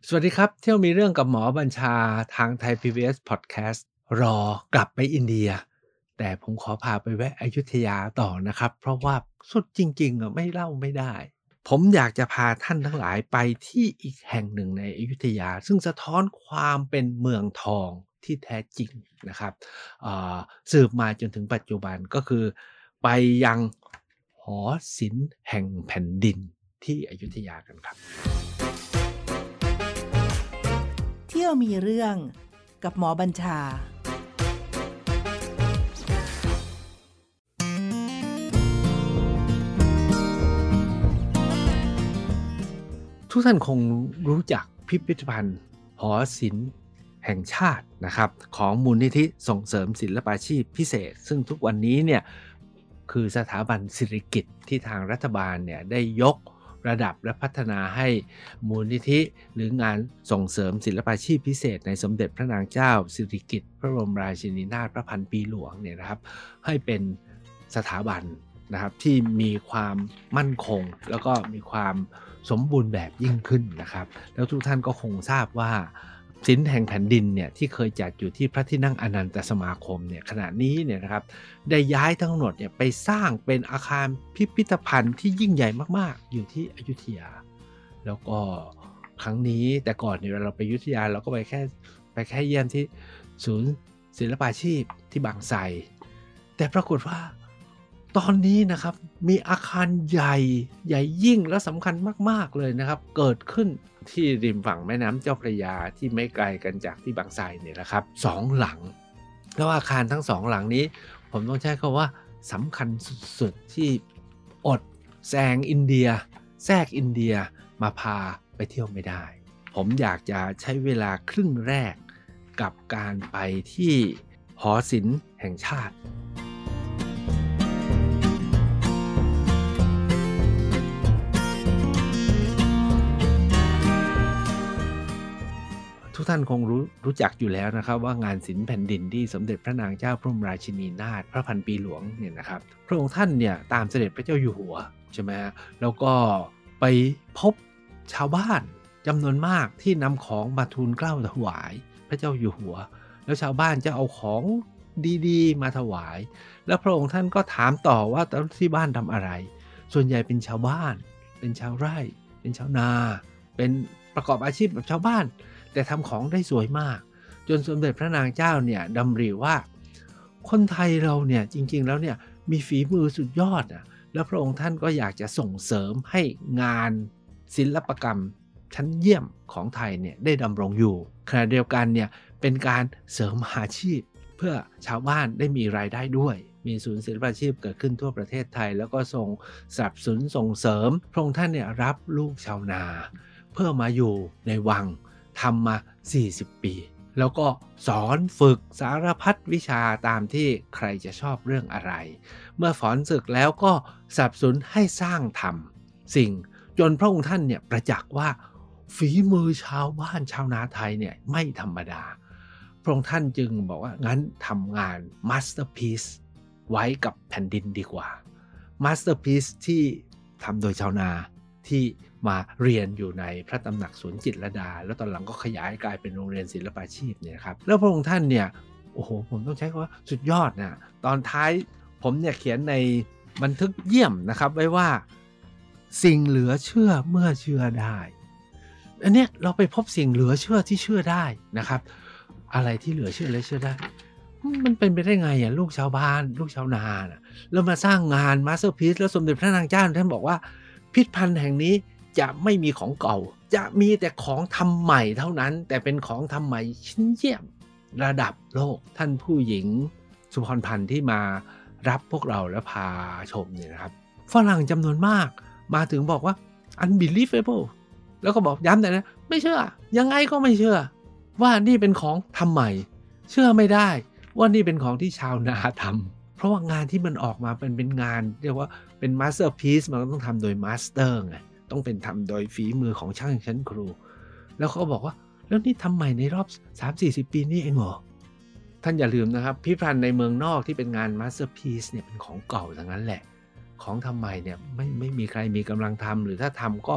สวัสดีครับเที่ยวมีเรื่องกับหมอบัญชาทางไทย PBS Podcast รอกลับไปอินเดียแต่ผมขอพาไปแวะอยุธยาต่อนะครับเพราะว่าสุดจริงๆไม่เล่าไม่ได้ผมอยากจะพาท่านทั้งหลายไปที่อีกแห่งหนึ่งในอยุธยาซึ่งสะท้อนความเป็นเมืองทองที่แท้จริงนะครับสืบมาจนถึงปัจจุบันก็คือไปยังหอศิลป์แห่งแผ่นดินที่อยุธยากันครับเที่ยวมีเรื่องกับหมอบัญชาทุกท่านคงรู้จักพิพิธภัณฑ์หอศิลป์แห่งชาตินะครับของมูลนิธิส่งเสริมศิลปาชีพพิเศษซึ่งทุกวันนี้เนี่ยคือสถาบันสิริกิติ์ที่ทางรัฐบาลเนี่ยได้ยกระดับและพัฒนาให้มูลนิธิหรืองานส่งเสริมศิลปาชีพพิเศษในสมเด็จพระนางเจ้าสิริกิติ์พระบรมราชินีนาถพระพันปีหลวงเนี่ยนะครับให้เป็นสถาบันนะครับที่มีความมั่นคงแล้วก็มีความสมบูรณ์แบบยิ่งขึ้นนะครับแล้วทุกท่านก็คงทราบว่าศิลป์แห่งแผ่นดินเนี่ยที่เคยจัดอยู่ที่พระที่นั่งอนันตสมาคมเนี่ยขณะนี้เนี่ยนะครับได้ย้ายทั้งหมดเนี่ยไปสร้างเป็นอาคารพิพิธภัณฑ์ที่ยิ่งใหญ่มากๆอยู่ที่อยุธยาแล้วก็ครั้งนี้แต่ก่อนเนี่ยเราไปอยุธยาเราก็ไปแค่เยี่ยมที่ศูนย์ศิลปาชีพที่บางไทรแต่ปรากฏว่าตอนนี้นะครับมีอาคารใหญ่ยิ่งและสำคัญมากๆเลยนะครับเกิดขึ้นที่ริมฝั่งแม่น้ำเจ้าพระยาที่ไม่ไกลกันจากที่บางไทรเนี่ยนะครับ2หลังแล้วอาคารทั้ง2หลังนี้ผมต้องใช้คำว่าสำคัญสุดๆที่อดแซงอินเดียแทรกอินเดียมาพาไปเที่ยวไม่ได้ผมอยากจะใช้เวลาครึ่งแรกกับการไปที่หอศิลป์แห่งชาติทุกท่านคงรู้จักอยู่แล้วนะครับว่างานศิลป์แผ่นดินที่สมเด็จพระนางเจ้าพระบรมราชินีนาถพระพันปีหลวงเนี่ยนะครับพระองค์ท่านเนี่ยตามเสด็จพระเจ้าอยู่หัวใช่ไหมแล้วก็ไปพบชาวบ้านจำนวนมากที่นำของมาทูลเกล้าถวายพระเจ้าอยู่หัวแล้วชาวบ้านจะเอาของดีๆมาถวายแล้วพระองค์ท่านก็ถามต่อว่าที่บ้านทำอะไรส่วนใหญ่เป็นชาวบ้านเป็นชาวไร่เป็นชาวนาเป็นประกอบอาชีพแบบชาวบ้านแต่ทำของได้สวยมากจนสมเด็จพระนางเจ้าเนี่ยดำริว่าคนไทยเราเนี่ยจริงๆแล้วเนี่ยมีฝีมือสุดยอดแล้วพระองค์ท่านก็อยากจะส่งเสริมให้งานศิลปกรรมชั้นเยี่ยมของไทยเนี่ยได้ดำรงอยู่ขณะเดียวกันเนี่ยเป็นการเสริมอาชีพเพื่อชาวบ้านได้มีรายได้ด้วยมีศูนย์ศิลปาชีพเกิดขึ้นทั่วประเทศไทยแล้วก็ส่งสนับสนุนส่งเสริมพระองค์ท่านเนี่ยรับลูกชาวนาเพื่อมาอยู่ในวังทำมา40ปีแล้วก็สอนฝึกสารพัดวิชาตามที่ใครจะชอบเรื่องอะไรเมื่อสอนศึกแล้วก็สนับสนุนให้สร้างทำสิ่งจนพระองค์ท่านเนี่ยประจักษ์ว่าฝีมือชาวบ้านชาวนาไทยเนี่ยไม่ธรรมดาพระองค์ท่านจึงบอกว่างั้นทำงาน Masterpiece ไว้กับแผ่นดินดีกว่า Masterpiece ที่ทำโดยชาวนาที่มาเรียนอยู่ในพระตำหนักสวนจิตรลดาแล้วตอนหลังก็ขยายกลายเป็นโรงเรียนศิลปาชีพเนี่ยครับแล้วพระองค์ท่านเนี่ยโอ้โหผมต้องใช้คำว่าสุดยอดนะตอนท้ายผมเนี่ยเขียนในบันทึกเยี่ยมนะครับไว้ว่าสิ่งเหลือเชื่อเมื่อเชื่อได้อันเนี้ยเราไปพบสิ่งเหลือเชื่อที่เชื่อได้นะครับอะไรที่เหลือเชื่อและเชื่อได้มันเป็นไปได้ไงลูกชาวบ้านลูกชาวนานะแล้วมาสร้างงานมาสเตอร์พีซแล้วสมเด็จพระนางเจ้าท่านบอกว่าพิพิธภัณฑ์แห่งนี้จะไม่มีของเก่าจะมีแต่ของทำใหม่เท่านั้นแต่เป็นของทำใหม่ชิ้นเยี่ยมระดับโลกท่านผู้หญิงสุพรพันธ์ที่มารับพวกเราและพาชมเนี่ยนะครับฝรั่งจำนวนมากมาถึงบอกว่า unbelievable แล้วก็บอกย้ำแต่นะไม่เชื่อยังไงก็ไม่เชื่อว่านี่เป็นของทำใหม่เชื่อไม่ได้ว่านี่เป็นของที่ชาวนาทำเพราะว่างานที่มันออกมาเป็นงานเรียกว่าเป็นมาสเตอร์พีซมันต้องทำโดยมาสเตอร์ไงต้องเป็นทำโดยฝีมือของช่างชั้นครูแล้วเขาก็บอกว่าแล้วนี่ทำใหม่ในรอบ 3-40 ปีนี่เองเหรอท่านอย่าลืมนะครับพิพิธภัณฑ์ในเมืองนอกที่เป็นงานมาสเตอร์พีซเนี่ยเป็นของเก่าทั้งนั้นแหละของทำใหม่เนี่ยไม่มีใครมีกำลังทำหรือถ้าทำก็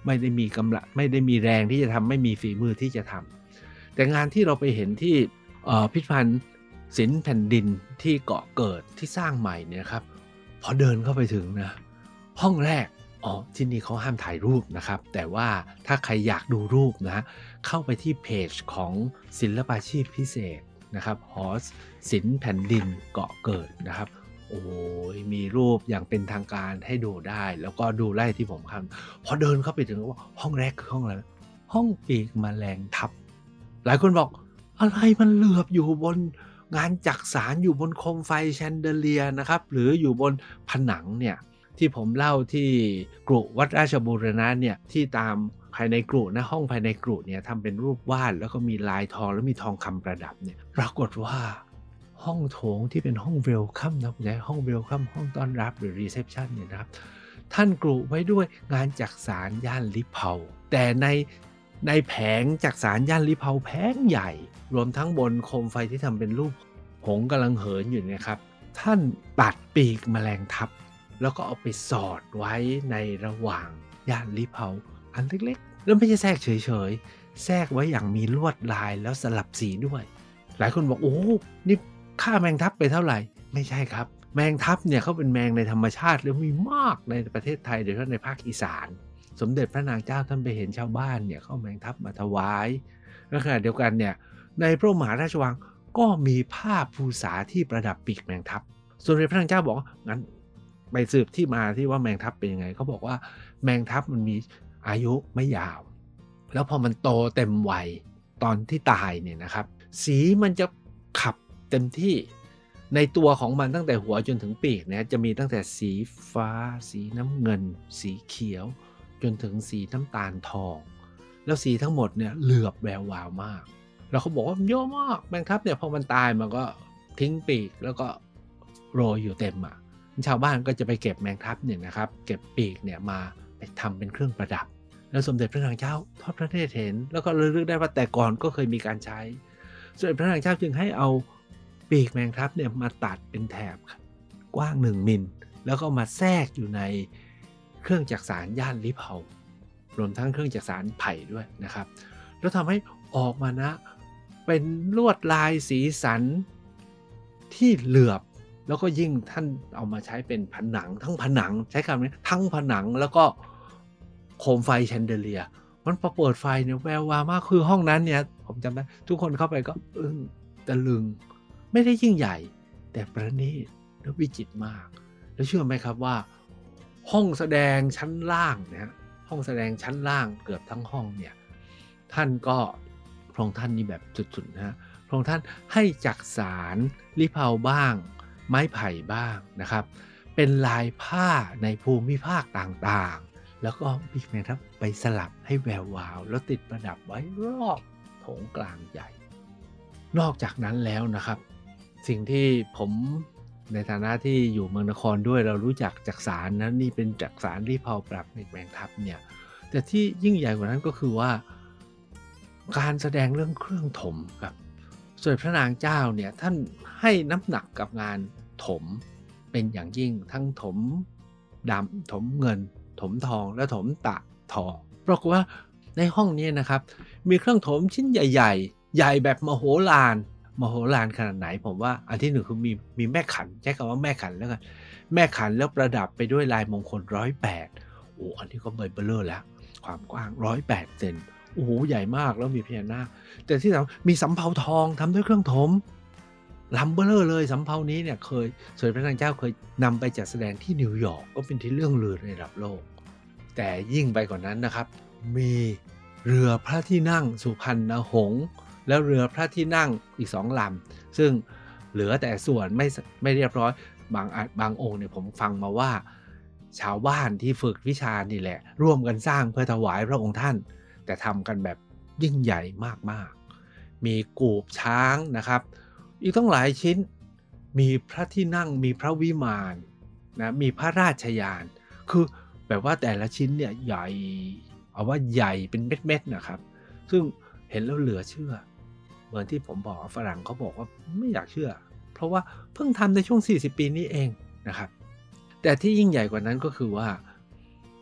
ไม่ได้มีกำลังไม่ได้มีแรงที่จะทำไม่มีฝีมือที่จะทำแต่งานที่เราไปเห็นที่พิพิธภัณฑ์ศิลป์แผ่นดินที่เกาะเกิดที่สร้างใหม่เนี่ยครับพอเดินเข้าไปถึงนะห้องแรกที่นี่เขาห้ามถ่ายรูปนะครับแต่ว่าถ้าใครอยากดูรูปนะเข้าไปที่เพจของศิลปาชีพพิเศษนะครับหอศิลป์แผ่นดินเกาะเกิดนะครับโอ้ยมีรูปอย่างเป็นทางการให้ดูได้แล้วก็ดูไล่ที่ผมทำพอเดินเข้าไปถึงว่าห้องแรกคือห้องอะไรห้องปีกแมลงทับหลายคนบอกอะไรมันเหลือบอยู่บนงานจักสานอยู่บนโคมไฟแชนเดเลียนะครับหรืออยู่บนผนังเนี่ยที่ผมเล่าที่กรุวัดราชบูรณะเนี่ยที่ตามภายในกรุนะห้องภายในกรุเนี่ยทำเป็นรูปวาดแล้วก็มีลายทองแล้วมีทองคำประดับเนี่ยปรากฏว่าห้องโถงที่เป็นห้องเวลคัมนะในห้องเวลคัมห้องต้อนรับหรือรีเซพชันเนี่ยนะครับท่านกรุไว้ด้วยงานจักสานย่านลิเผาแต่ในแผงจักสานย่านลิเผาแผงใหญ่รวมทั้งบนโคมไฟที่ทำเป็นรูปหงส์กำลังเหินอยู่เนี่ยครับท่านตัดปีกแมลงทับแล้วก็เอาไปสอดไว้ในระหว่างย่านลิเผาอันเล็กๆแล้วไม่ใช่แทรกเฉยๆแทรกไว้อย่างมีลวดลายแล้วสลับสีด้วยหลายคนบอกโอ้นี่ค่าแมงทับไปเท่าไหร่ไม่ใช่ครับแมงทับเนี่ยเขาเป็นแมงในธรรมชาติแล้วมีมากในประเทศไทยโดยเฉพาะในภาคอีสานสมเด็จพระนางเจ้าท่านไปเห็นชาวบ้านเนี่ยเขาแมงทับมาถวายและขณะเดียวกันเนี่ยในพระมหาราชวังก็มีผ้าภูษาที่ประดับปีกแมงทับสมเด็จพระนางเจ้าบอกงั้นไปสืบที่มาที่ว่าแมงทับเป็นยังไงเขาบอกว่าแมงทับมันมีอายุไม่ยาวแล้วพอมันโตเต็มวัยตอนที่ตายเนี่ยนะครับสีมันจะขับเต็มที่ในตัวของมันตั้งแต่หัวจนถึงปีกเนี่ยจะมีตั้งแต่สีฟ้าสีน้ำเงินสีเขียวจนถึงสีน้ำตาลทองแล้วสีทั้งหมดเนี่ยเหลือบแวววาวมากแล้วเขาบอกว่าเยอะมากแมงทับเนี่ยพอมันตายมันก็ทิ้งปีกแล้วก็โรยอยู่เต็มอ่ะชาวบ้านก็จะไปเก็บแมงทับเนี่ยนะครับเก็บปีกเนี่ยมาไปทำเป็นเครื่องประดับแล้วสมเด็จพระนางเจ้าทอดพระเนตรเห็นแล้วก็ระลึกได้ว่าแต่ก่อนก็เคยมีการใช้สมเด็จพระนางเจ้าจึงให้เอาปีกแมงทับเนี่ยมาตัดเป็นแถบกว้าง1 มิลแล้วก็มาแทรกอยู่ในเครื่องจักสานย่านลิเผารวมทั้งเครื่องจักสานไผ่ด้วยนะครับแล้วทำให้ออกมานะเป็นลวดลายสีสันที่เหลือบแล้วก็ยิ่งท่านเอามาใช้เป็นผนังทั้งผนังใช้คำนี้ทั้งผนังแล้วก็โคมไฟแชนเดเลียมันพอเปิดไฟเนี่ยแวววาวมากคือห้องนั้นเนี่ยผมจำได้ทุกคนเข้าไปก็ตะลึงไม่ได้ยิ่งใหญ่แต่ประณีตและวิจิตรมากแล้วเชื่อไหมครับว่าห้องแสดงชั้นล่างนะห้องแสดงชั้นล่างเกือบทั้งห้องเนี่ยท่านก็พระองค์ท่านนี่แบบสุดๆนะพระองค์ท่านให้จักสานลิเผาบ้างไม้ไผ่บ้างนะครับเป็นลายผ้าในภูมิภาคต่างๆแล้วก็ปีกแมงทับไปสลับให้แวววาวแล้วติดประดับไว้รอบโถงกลางใหญ่นอกจากนั้นแล้วนะครับสิ่งที่ผมในฐานะที่อยู่เมืองนครด้วยเรารู้จักจักสานนะนี่เป็นจักสานลิเผาปรับปีกแมงทับเนี่ยแต่ที่ยิ่งใหญ่กว่านั้นก็คือว่าการแสดงเรื่องเครื่องถมครับสมเด็จพระนางเจ้าเนี่ยท่านให้น้ำหนักกับงานถมเป็นอย่างยิ่งทั้งถมดำถมเงินถมทองและถมตะทองปรากฏว่าในห้องนี้นะครับมีเครื่องถมชิ้นใหญ่ๆใหญ่แบบมโหฬารขนาดไหนผมว่าอันที่หนึ่งคือมีแม่ขันใช้คำว่าแม่ขันแล้วกันแม่ขันแล้วประดับไปด้วยลายมงคล108อันนี้ก็เบลอแล้วความกว้าง108 เซนโอ้โหใหญ่มากแล้วมีพญานาคแต่ที่สำคัญมีสำเภาทองทำด้วยเครื่องถมลำเบลอเลยสำเภานี้เนี่ยเคยสมเด็จพระนางเจ้าเคยนำไปจัดแสดงที่นิวยอร์กก็เป็นที่เรื่องลือในระดับโลกแต่ยิ่งไปกว่านั้นนะครับมีเรือพระที่นั่งสุพรรณหงส์แล้วเรือพระที่นั่งอีก2 ลำซึ่งเหลือแต่ส่วนไม่เรียบร้อยบางองค์เนี่ยผมฟังมาว่าชาวบ้านที่ฝึกวิชานี่แหละร่วมกันสร้างเพื่อถวายพระองค์ท่านแต่ทำกันแบบยิ่งใหญ่มากๆมีกูบช้างนะครับอีกต้องหลายชิ้นมีพระที่นั่งมีพระวิมานนะมีพระราชยานคือแบบว่าแต่ละชิ้นเนี่ยใหญ่เอาว่าใหญ่เป็นเม็ดๆนะครับซึ่งเห็นแล้วเหลือเชื่อเหมือนที่ผมบอกฝรั่งเขาบอกว่าไม่อยากเชื่อเพราะว่าเพิ่งทำในช่วง40 ปีนี้เองนะครับแต่ที่ยิ่งใหญ่กว่านั้นก็คือว่า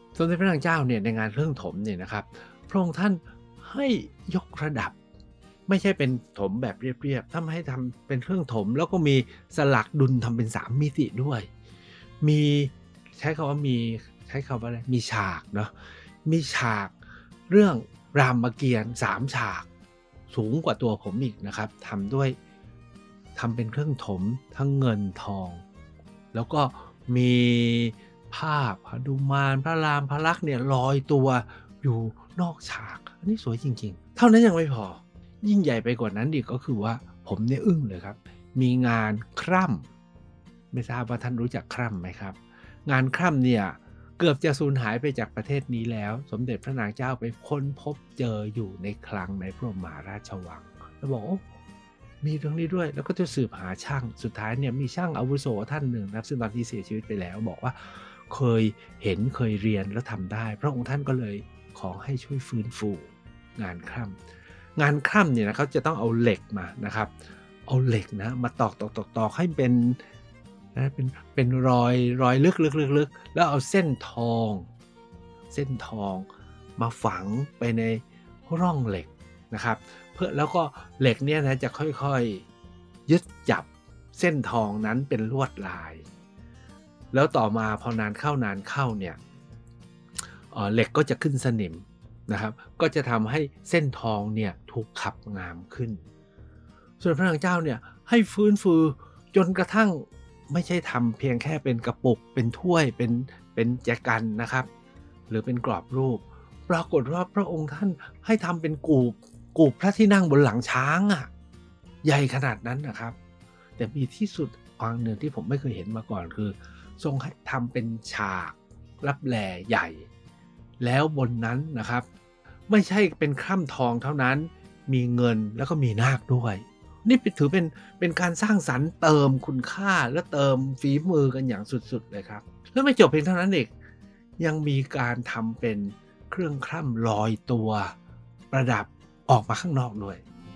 สมเด็จพระนางเจ้าเนี่ยในงานเครื่องถมเนี่ยนะครับพระองค์ท่านให้ยกระดับไม่ใช่เป็นถมแบบเรียบๆท่านให้ทำเป็นเครื่องถมแล้วก็มีสลักดุลทำเป็น3มิติด้วยมีใช้คำว่ามีใช้คำว่าอะไรมีฉากเนาะมีฉากเรื่องรามเกียรติ์3ฉากสูงกว่าตัวผมอีกนะครับทำเป็นเครื่องถมทั้งเงินทองแล้วก็มีภาพหนุมานพระรามพระลักษณ์เนี่ยลอยตัวอยู่นอกฉากอันนี้สวยจริงๆเท่านั้นยังไม่พอยิ่งใหญ่ไปกว่านั้นอีกก็คือว่าผมเนี่ยอึ้งเลยครับมีงานคร่ำไม่ทราบว่าท่านรู้จักคร่ำไหมครับงานคร่ำเนี่ยเกือบจะสูญหายไปจากประเทศนี้แล้วสมเด็จพระนางเจ้าไปค้นพบเจออยู่ในคลังในพระบรมมหาราชวังแล้วบอกโอ้มีเรื่องนี้ด้วยแล้วก็จะสืบหาช่างสุดท้ายเนี่ยมีช่างอาวุโสท่านหนึ่งนะซึ่งตอนที่เสียชีวิตไปแล้วบอกว่าเคยเห็นเคยเรียนแล้วทำได้พระองค์ท่านก็เลยขอให้ช่วยฟื้นฟูงานคร่ำงานคร่ำเนี่ยนะเขาจะต้องเอาเหล็กมานะครับเอาเหล็กนะมาตอกให้เป็นนะเป็นรอยลึกแล้วเอาเส้นทองมาฝังไปในร่องเหล็กนะครับเพื่อแล้วก็เหล็กเนี่ยนะจะค่อยๆยึดจับเส้นทองนั้นเป็นลวดลายแล้วต่อมาพอนานเข้าเนี่ยเหล็กก็จะขึ้นสนิมนะครับก็จะทำให้เส้นทองเนี่ยถูกขับงามขึ้นส่วนพระนางเจ้าเนี่ยให้ฟื้นฟูจนกระทั่งไม่ใช่ทำเพียงแค่เป็นกระปุกเป็นถ้วยเป็นแจกันนะครับหรือเป็นกรอบรูปปรากฏว่าพระองค์ท่านให้ทำเป็นกูบพระที่นั่งบนหลังช้างอ่ะใหญ่ขนาดนั้นนะครับแต่มีที่สุดความหนึ่งที่ผมไม่เคยเห็นมาก่อนคือทรงให้ทำเป็นฉากรับแลใหญ่แล้วบนนั้นนะครับไม่ใช่เป็นคร่ำทองเท่านั้นมีเงินแล้วก็มีนาคด้วยนี่ถือเป็นการสร้างสรรค์เติมคุณค่าและเติมฝีมือกันอย่างสุดๆเลยครับแล้วไม่จบเพียงเท่านั้นเองยังมีการทำเป็นเครื่องคร่ำลอยตัวประดับออกมาข้างนอกด้วย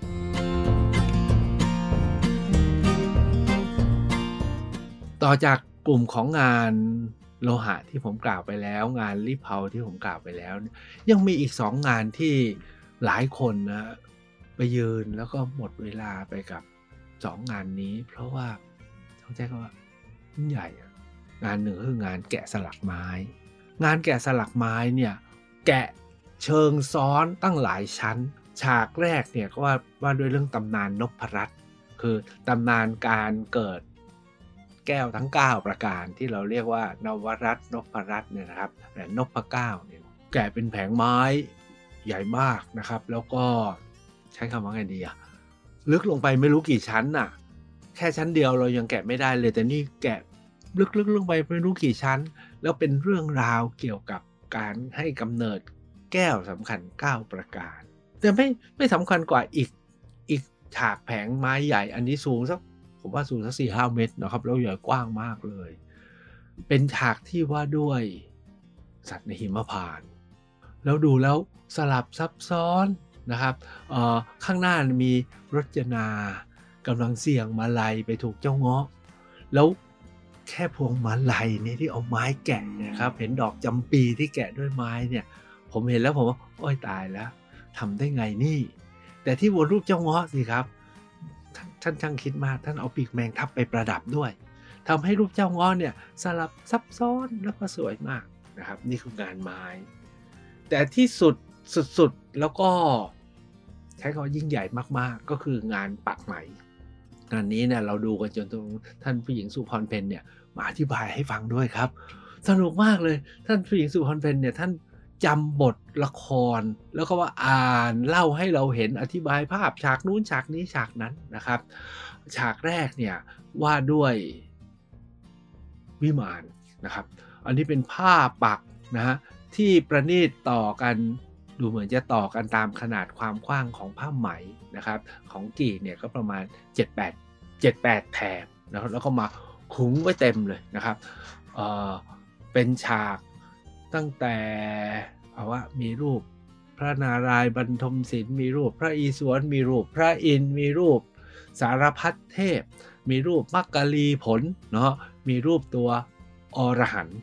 ต่อจากกลุ่มของงานโลหะที่ผมกล่าวไปแล้วงานริบเผาที่ผมกล่าวไปแล้วยังมีอีก2งานที่หลายคนนะไปยืนแล้วก็หมดเวลาไปกับ2งานนี้เพราะว่าต้องใช้คำว่ายิ่งใหญ่งานหนึ่งคืองานแกะสลักไม้งานแกะสลักไม้เนี่ยแกะเชิงซ้อนตั้งหลายชั้นฉากแรกเนี่ยก็ว่าด้วยเรื่องตำนานนพรัตน์คือตำนานการเกิดแก้วทั้ง9ประการที่เราเรียกว่านวรัตน์นพรัตน์เนี่ยนะครับแต่นพเก้าเนี่ยแกะเป็นแผงไม้ใหญ่มากนะครับแล้วก็ใช้คำว่าไงดีอะลึกลงไปไม่รู้กี่ชั้นน่ะแค่ชั้นเดียวเรายังแกะไม่ได้เลยแต่นี่แกะลึกลงไปไม่รู้กี่ชั้นแล้วเป็นเรื่องราวเกี่ยวกับการให้กำเนิดแก้วสำคัญ9ประการแต่ไม่สำคัญกว่าอีกฉากแผงไม้ใหญ่อันนี้สูงสักผมว่าสูงสัก 4-5 เมตรนะครับแล้วใหญ่กว้างมากเลยเป็นฉากที่ว่าด้วยสัตว์ในหิมพานต์แล้วดูแล้วสลับซับซ้อนนะครับข้างหน้ามีรจนากำลังเสี่ยงมาลัยไปถูกเจ้าเงาะแล้วแค่พวงมาลัยเนี่ยที่เอาไม้แกะเนี่ยครับเห็นดอกจำปีที่แกะด้วยไม้เนี่ยผมเห็นแล้วผมว่าโอ๊ยตายแล้วทำได้ไงนี่แต่ที่บนรูปเจ้าเงาะสิครับท่านช่างคิดมากท่านเอาปีกแมงทับไปประดับด้วยทำให้รูปเจ้าเงาะเนี่ยสลับซับซ้อนแล้วก็สวยมากนะครับนี่คืองานไม้แต่ที่สุดแล้วก็ใช้คำยิ่งใหญ่มากๆก็คืองานปักไหมงานนี้เนี่ยเราดูกันจนท่านผู้หญิงสุพรเพนเนี่ยมาอธิบายให้ฟังด้วยครับสนุกมากเลยท่านผู้หญิงสุพรเพนเนี่ยท่านจำบทละครแล้วก็ว่าอ่านเล่าให้เราเห็นอธิบายภาพฉากนู้นฉากนี้ฉากนั้นนะครับฉากแรกเนี่ยว่าด้วยวิมานนะครับอันนี้เป็นผ้าปักนะฮะที่ประณีตต่อกันดูเหมือนจะต่อกันตามขนาดความกว้างของผ้าไหมนะครับของกี่เนี่ยก็ประมาณ7-8 แถบนะครับแล้วก็มาขุงไว้เต็มเลยนะครับเป็นฉากตั้งแต่ว่ามีรูปพระนารายณ์บรรทมศิลป์มีรูปพระอิศวรมีรูปพระอินทร์มีรูปสารพัดเทพมีรูปมักกะลีผลเนาะมีรูปตัวอรหันต์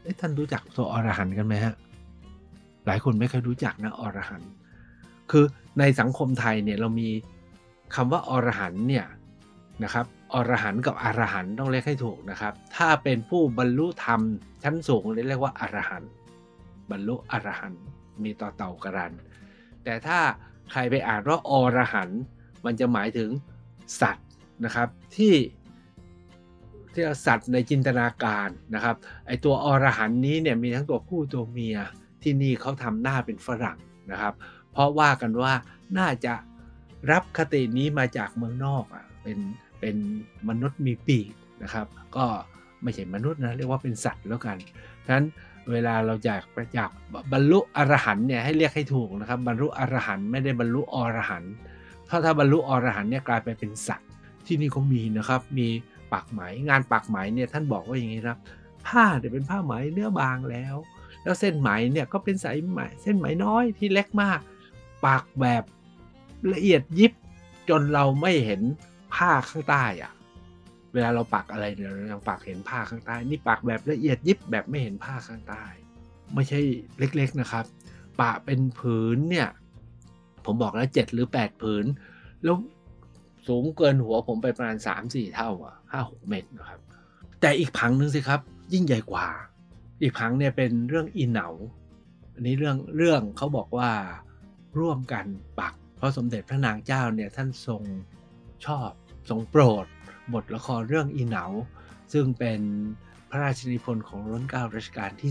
ท่านรู้จักตัวอรหันต์กันไหมฮะหลายคนไม่เคยรู้จักนะอรหันต์คือในสังคมไทยเนี่ยเรามีคำว่าอรหันต์เนี่ยนะครับอรหันต์กับอรหันต์ต้องเรียกให้ถูกนะครับถ้าเป็นผู้บรรลุธรรมชั้นสูงเรียกว่าอรหันต์บรรลุอรหันต์มีต่อเต่ากรันแต่ถ้าใครไปอ่านว่าอรหันต์มันจะหมายถึงสัตว์นะครับที่สัตว์ในจินตนาการนะครับไอตัวอรหันต์นี้เนี่ยมีทั้งตัวผู้ตัวเมียที่นี่เขาทำหน้าเป็นฝรั่งนะครับเพราะว่ากันว่าน่าจะรับคตินี้มาจากเมืองนอกเป็นมนุษย์มีปีกนะครับก็ไม่ใช่มนุษย์นะเรียกว่าเป็นสัตว์แล้วกันฉะนั้นเวลาเราอยากบรรลุอรหันต์เนี่ยให้เรียกให้ถูกนะครับบรรลุอรหันต์ไม่ได้บรรลุอรหันต์ถ้าบรรลุอรหันต์เนี่ยกลายไปเป็นสัตว์ที่นี่เขามีนะครับมีปักไหมงานปักไหมเนี่ยท่านบอกว่าอย่างนี้ครับผ้าเนี่ยเป็นผ้าไหมเนื้อบางแล้วเส้นไหมเนี่ยก็เป็นสายไหมเส้นไหมน้อยที่เล็กมากปักแบบละเอียดยิบจนเราไม่เห็นผ้าข้างใต้อะเวลาเราปักอะไรเนี่ยเรายังปักเห็นผ้าข้างใต้นี่ปักแบบละเอียดยิบแบบไม่เห็นผ้าข้างใต้ไม่ใช่เล็กๆนะครับปะเป็นผืนเนี่ยผมบอกแล้ว7 หรือ 8ผืนแล้วสูงเกินหัวผมไปประมาณ 3-4 เท่าอ่ะ 5-6 เมตรนะครับแต่อีกผังนึงสิครับยิ่งใหญ่กว่าอีกผังเนี่ยเป็นเรื่องอีเหนาอันนี้เรื่องเขาบอกว่าร่วมกันปักเพราะสมเด็จพระนางเจ้าเนี่ยท่านทรงชอบทรงโปรดบทละครเรื่องอีเหนาซึ่งเป็นพระราชนิพนธ์ของรัชกาลรัชกาลที่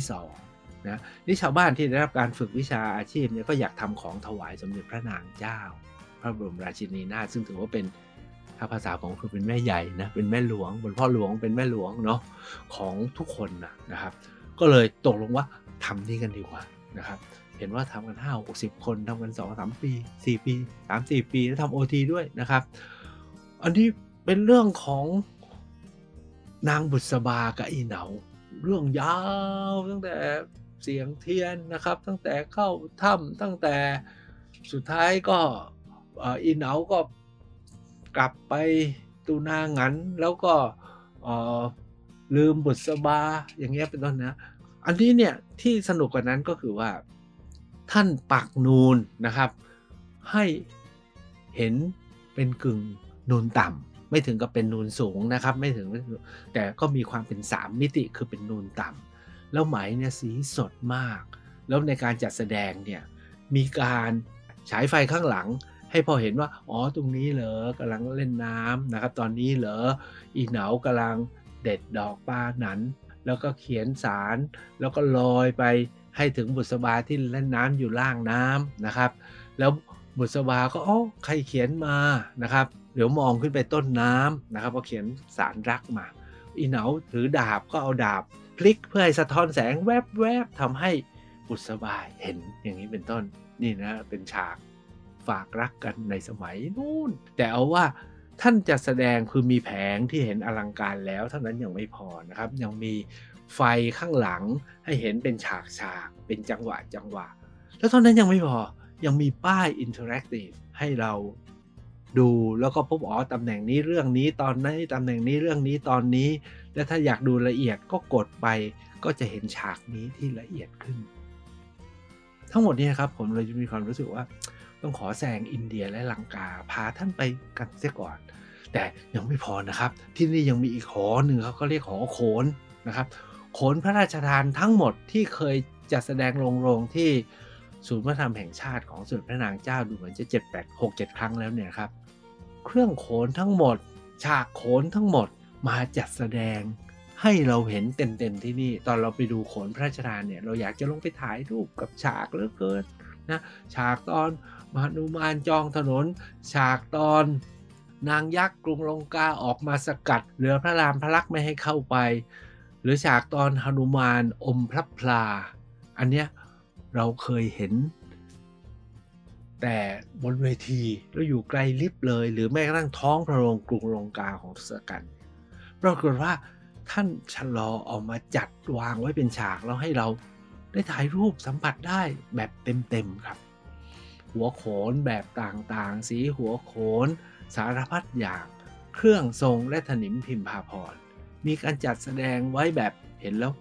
2นะนี่ชาวบ้านที่ได้รับการฝึกวิชาอาชีพเนี่ยก็อยากทำของถวายสมเด็จพระนางเจ้าพระบรมราชินีนาถซึ่งถือว่าเป็นถ้าภาษาของคือเป็นแม่ใหญ่นะเป็นแม่หลวงเป็นพ่อหลวงเป็นแม่หลวงเนาะของทุกคนนะครับก็เลยตกลงว่าทำนี่กันดีกว่านะครับเห็นว่าทำกัน50-60 คนทำกัน 2-3 ปี 4 ปี 3-4 ปีแล้วทำ OT ด้วยนะครับอันนี้เป็นเรื่องของนางบุษบากับอีเหนาเรื่องยาวตั้งแต่เสียงเทียนนะครับตั้งแต่เข้าถ้ำตั้งแต่สุดท้ายก็อีเหนาก็กลับไปตูนางันแล้วก็ลืมบุษบาอย่างเงี้ยเป็นต้นนะอันนี้เนี่ยที่สนุกกว่านั้นก็คือว่าท่านปักนูนนะครับให้เห็นเป็นกึ่งนูนต่ำไม่ถึงกับเป็นนูนสูงนะครับไม่ถึงแต่ก็มีความเป็น3มิติคือเป็นนูนต่ำแล้วไหมเนี่ยสีสดมากแล้วในการจัดแสดงเนี่ยมีการฉายไฟข้างหลังให้พอเห็นว่าอ๋อตรงนี้เหรอกำลังเล่นน้ำนะครับตอนนี้เหรออีเหนากำลังเด็ดดอกปาหนันแล้วก็เขียนสารแล้วก็ลอยไปให้ถึงบุษบาที่เล่นน้ำอยู่ล่างน้ำนะครับแล้วบุษบาก็อ๋อใครเขียนมานะครับเดี๋ยวมองขึ้นไปต้นน้ำนะครับก็เขียนสารรักมาอีเหนาถือดาบก็เอาดาบพลิกเพื่อให้สะท้อนแสงแวบๆทำให้บุษบาเห็นอย่างนี้เป็นต้นนี่นะเป็นฉากฝากรักกันในสมัยนู้นแต่เอาว่าท่านจะแสดงคือมีแผงที่เห็นอลังการแล้วเท่านั้นยังไม่พอนะครับยังมีไฟข้างหลังให้เห็นเป็นฉากเป็นจังหวะแล้วเท่านั้นยังไม่พอยังมีป้ายอินเทอร์แอคทีฟให้เราดูแล้วก็พบอ๋อตำแหน่งนี้เรื่องนี้ตอนนี้ตำแหน่งนี้เรื่องนี้ตอนนี้และถ้าอยากดูละเอียดก็กดไปก็จะเห็นฉากนี้ที่ละเอียดขึ้นทั้งหมดนี้ครับผมเลยมีความรู้สึกว่าต้องขอแซงอินเดียและลังกาพาท่านไปกันเสียก่อนแต่ยังไม่พอนะครับที่นี่ยังมีอีกหอหนึ่งเขาเรียกหอโขนนะครับโขนพระราชทานทั้งหมดที่เคยจัดแสดงโรงที่ศูนย์วัฒนธรรมแห่งชาติของสมเด็จพระนางเจ้าดูเหมือนจะ6-7 ครั้งแล้วเนี่ยครับเครื่องโขนทั้งหมดฉากโขนทั้งหมดมาจัดแสดงให้เราเห็นเต็มที่นี่ตอนเราไปดูโขนพระราชทานเนี่ยเราอยากจะลงไปถ่ายรูปกับฉากเหลือเกินนะฉากตอนมหนุมานจองถนนฉากตอนนางยักษ์กรุงลงกาออกมาสกัดเรือพระรามพระลักษมณ์ไม่ให้เข้าไปหรือฉากตอนหนุมานอมพระพลาอันเนี้ยเราเคยเห็นแต่บนเวทีแล้วอยู่ไกลลิบเลยหรือแม้กระทั่งท้องพระโรงกรุงลงกาของทศกัณฐ์ปรากฏว่าท่านชะลอเอามาจัดวางไว้เป็นฉากแล้วให้เราได้ถ่ายรูปสัมผัสได้แบบเต็มครับหัวโขนแบบต่างๆสีหัวโขนสารพัดอย่างเครื่องทรงและถนิมพิมพาภรณ์มีการจัดแสดงไว้แบบเห็นแล้ว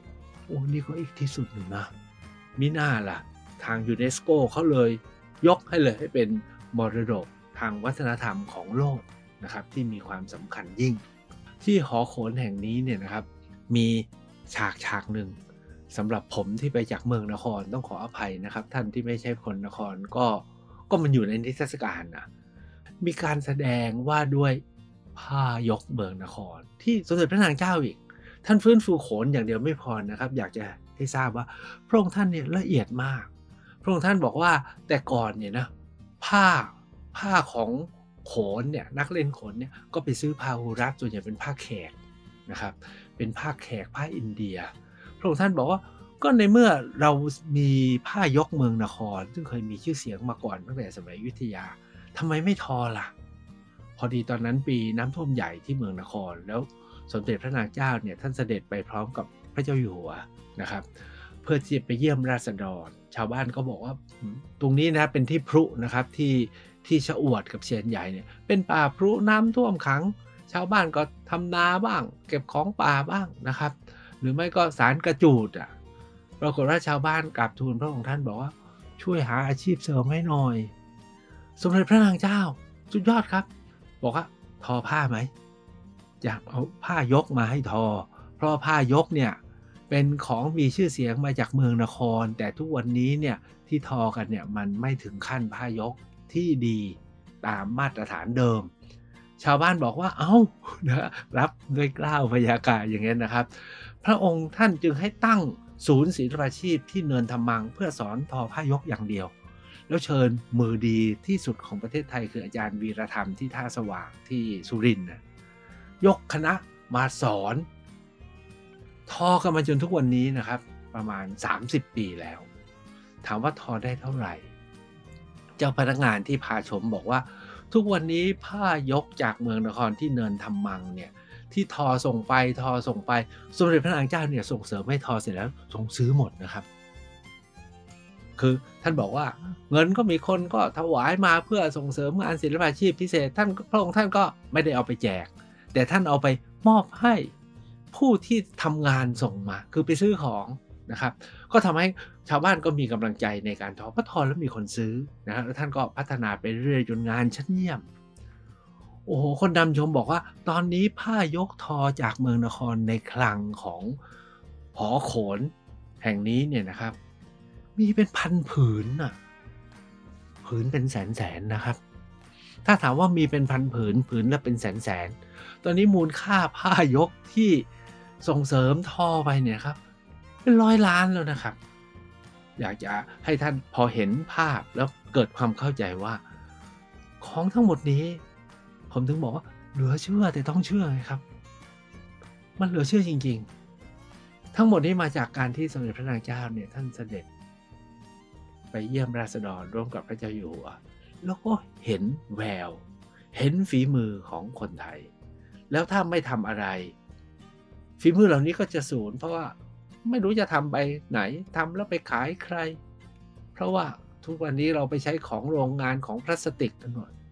อ้นี่ก็อีกที่สุดหนึ่งนะมิน่าล่ะทางยูเนสโกเขาเลยยกให้เลยให้เป็นมรดกทางวัฒนธรรมของโลกนะครับที่มีความสำคัญยิ่งที่หอโขนแห่งนี้เนี่ยนะครับมีฉากหนึ่งสำหรับผมที่ไปจากเมืองนครต้องขออภัยนะครับท่านที่ไม่ใช่คนนครก็มันอยู่ในนิทรรศการนะมีการแสดงว่าด้วยผ้ายกเมืองนครที่สมเด็จพระนางเจ้าอีกท่านฟื้นฟูโขนอย่างเดียวไม่พอนะครับอยากจะให้ทราบว่าพระองค์ท่านเนี่ยละเอียดมากพระองค์ท่านบอกว่าแต่ก่อนเนี่ยนะผ้าของโขนเนี่ยนักเล่นโขนเนี่ยก็ไปซื้อพาหุรัตส่วนใหญ่เป็นผ้าแขกนะครับเป็นผ้าแขกผ้าอินเดียพระองค์ท่านบอกว่าก็ในเมื่อเรามีผ้ายกเมืองนครซึ่งเคยมีชื่อเสียงมาก่อนตั้งแต่สมัยอยุธยาทำไมไม่ทอล่ะพอดีตอนนั้นปีน้ำท่วมใหญ่ที่เมืองนครแล้วสมเด็จพระนางเจ้าเนี่ยท่านเสด็จไปพร้อมกับพระเจ้าอยู่หัวนะครับเพื่อที่จะไปเยี่ยมราษฎรชาวบ้านก็บอกว่าตรงนี้นะเป็นที่พลุนะครับที่ชะอวดกับเชียนใหญ่เนี่ยเป็นป่าพลุน้ำท่วมขังชาวบ้านก็ทำนาบ้างเก็บของป่าบ้างนะครับหรือไม่ก็สารกระจูดปรากฏว่าชาวบ้านกราบทูลพระองค์ท่านบอกว่าช่วยหาอาชีพเสริมให้หน่อยสมเด็จพระนางเจ้าสุดยอดครับบอกว่าทอผ้าไหมอยากเอาผ้ายกมาให้ทอเพราะผ้ายกเนี่ยเป็นของมีชื่อเสียงมาจากเมืองนครแต่ทุกวันนี้เนี่ยที่ทอกันเนี่ยมันไม่ถึงขั้นผ้ายกที่ดีตามมาตรฐานเดิมชาวบ้านบอกว่าเอ้านะรับด้วยเกล้าพยากาศอย่างนี้นะครับพระองค์ท่านจึงให้ตั้งศูนย์ศิลปาชีพที่เนินธรรมังเพื่อสอนทอผ้ายกอย่างเดียวแล้วเชิญมือดีที่สุดของประเทศไทยคืออาจารย์วีรธรรมที่ท่าสว่างที่สุรินทร์ยกคณะมาสอนทอกันมาจนทุกวันนี้นะครับประมาณ30ปีแล้วถามว่าทอได้เท่าไหร่เจ้าพนักงานที่พาชมบอกว่าทุกวันนี้ผ้ายกจากเมืองนครที่เนินธรรมังเนี่ยที่ทอส่งไปสมเด็จพระนางเจ้าเนี่ยส่งเสริมให้ทอเสร็จแล้วส่งซื้อหมดนะครับคือท่านบอกว่าเงินก็มีคนก็ถวายมาเพื่อส่งเสริมงานศิลปาชีพพิเศษท่านพระองค์ท่านก็ไม่ได้เอาไปแจกแต่ท่านเอาไปมอบให้ผู้ที่ทำงานส่งมาคือไปซื้อของนะครับก็ทำให้ชาวบ้านก็มีกำลังใจในการทอเพราะทอแล้วมีคนซื้อนะครับแล้วท่านก็พัฒนาไปเรื่อยจนงานชั้นเยี่ยมโอ้โหคนดำชมบอกว่าตอนนี้ผ้ายกทอจากเมืองนครในคลังของหอโขนแห่งนี้เนี่ยนะครับมีเป็นพันผืนน่ะผืนเป็นแสนนะครับถ้าถามว่ามีเป็นพันผืนละเป็นแสนตอนนี้มูลค่าผ้ายกที่ส่งเสริมทอไปเนี่ยครับเป็น100 ล้านแล้วนะครับอยากจะให้ท่านพอเห็นภาพแล้วเกิดความเข้าใจว่าของทั้งหมดนี้ผมถึงบอกว่าเหลือเชื่อแต่ต้องเชื่อไงครับมันเหลือเชื่อจริงๆทั้งหมดนี้มาจากการที่สมเด็จพระนางเจ้าเนี่ยท่านเสด็จไปเยี่ยมราษฎรร่วมกับพระเจ้าอยู่หัวแล้วก็เห็นแววเห็นฝีมือของคนไทยแล้วถ้าไม่ทำอะไรฝีมือเหล่านี้ก็จะสูญเพราะว่าไม่รู้จะทำไปไหนทำแล้วไปขายใครเพราะว่าทุกวันนี้เราไปใช้ของโรงงานของพลาสติกกันหมด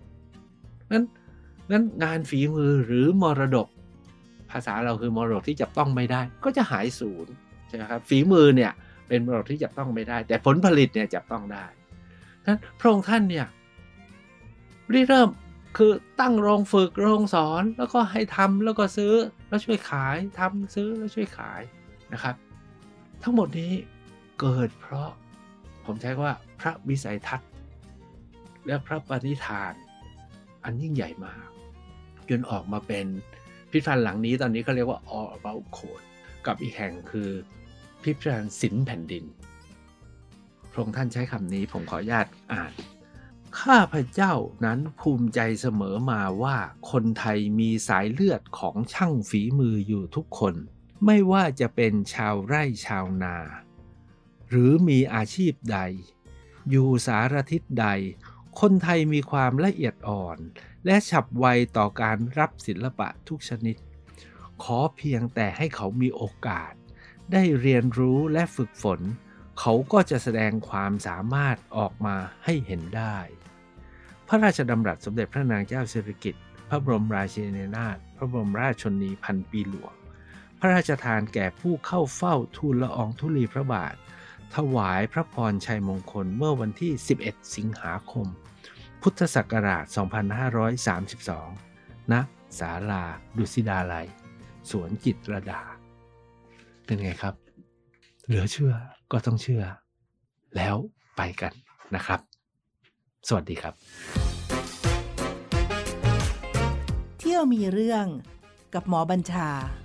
นั้นงานฝีมือหรือมรดกภาษาเราคือมรดกที่จับต้องไม่ได้ก็จะหายสูญใช่ไหมครับฝีมือเนี่ยเป็นมรดกที่จับต้องไม่ได้แต่ผลผลิตเนี่ยจับต้องได้นั้นพระองค์ท่านเนี่ยเริ่มคือตั้งโรงฝึกโรงสอนแล้วก็ให้ทำแล้วก็ซื้อแล้วช่วยขายทำซื้อแล้วช่วยขายนะครับทั้งหมดนี้เกิดเพราะผมใช้ว่าพระวิสัยทัศน์และพระปณิธานอันยิ่งใหญ่มากจนออกมาเป็นพิพิธภัณฑ์หลังนี้ตอนนี้เขาเรียกว่า All About โขนกับอีกแห่งคือพิพิธภัณฑ์ศิลป์แผ่นดินพระองค์ท่านใช้คำนี้ผมขออนุญาตอ่านข้าพเจ้านั้นภูมิใจเสมอมาว่าคนไทยมีสายเลือดของช่างฝีมืออยู่ทุกคนไม่ว่าจะเป็นชาวไร่ชาวนาหรือมีอาชีพใดอยู่สารทิศใดคนไทยมีความละเอียดอ่อนและฉับไวต่อการรับศิลปะทุกชนิดขอเพียงแต่ให้เขามีโอกาสได้เรียนรู้และฝึกฝนเขาก็จะแสดงความสามารถออกมาให้เห็นได้พระราชดำรัสสมเด็จพระนางเจ้าสิริกิติ์พระบรมราชินีนาถพระบรมราชชนนีพันปีหลวงพระราชทานแก่ผู้เข้าเฝ้าทูลละอองธุลีพระบาทถวายพระพรชัยมงคลเมื่อวันที่ 11 สิงหาคม พุทธศักราช 2532 ณ ศาลาดุสิตาลัย สวนจิตรลดา เป็นไงครับ เหลือเชื่อก็ต้องเชื่อ แล้วไปกันนะครับ สวัสดีครับเที่ยวมีเรื่องกับหมอบัญชา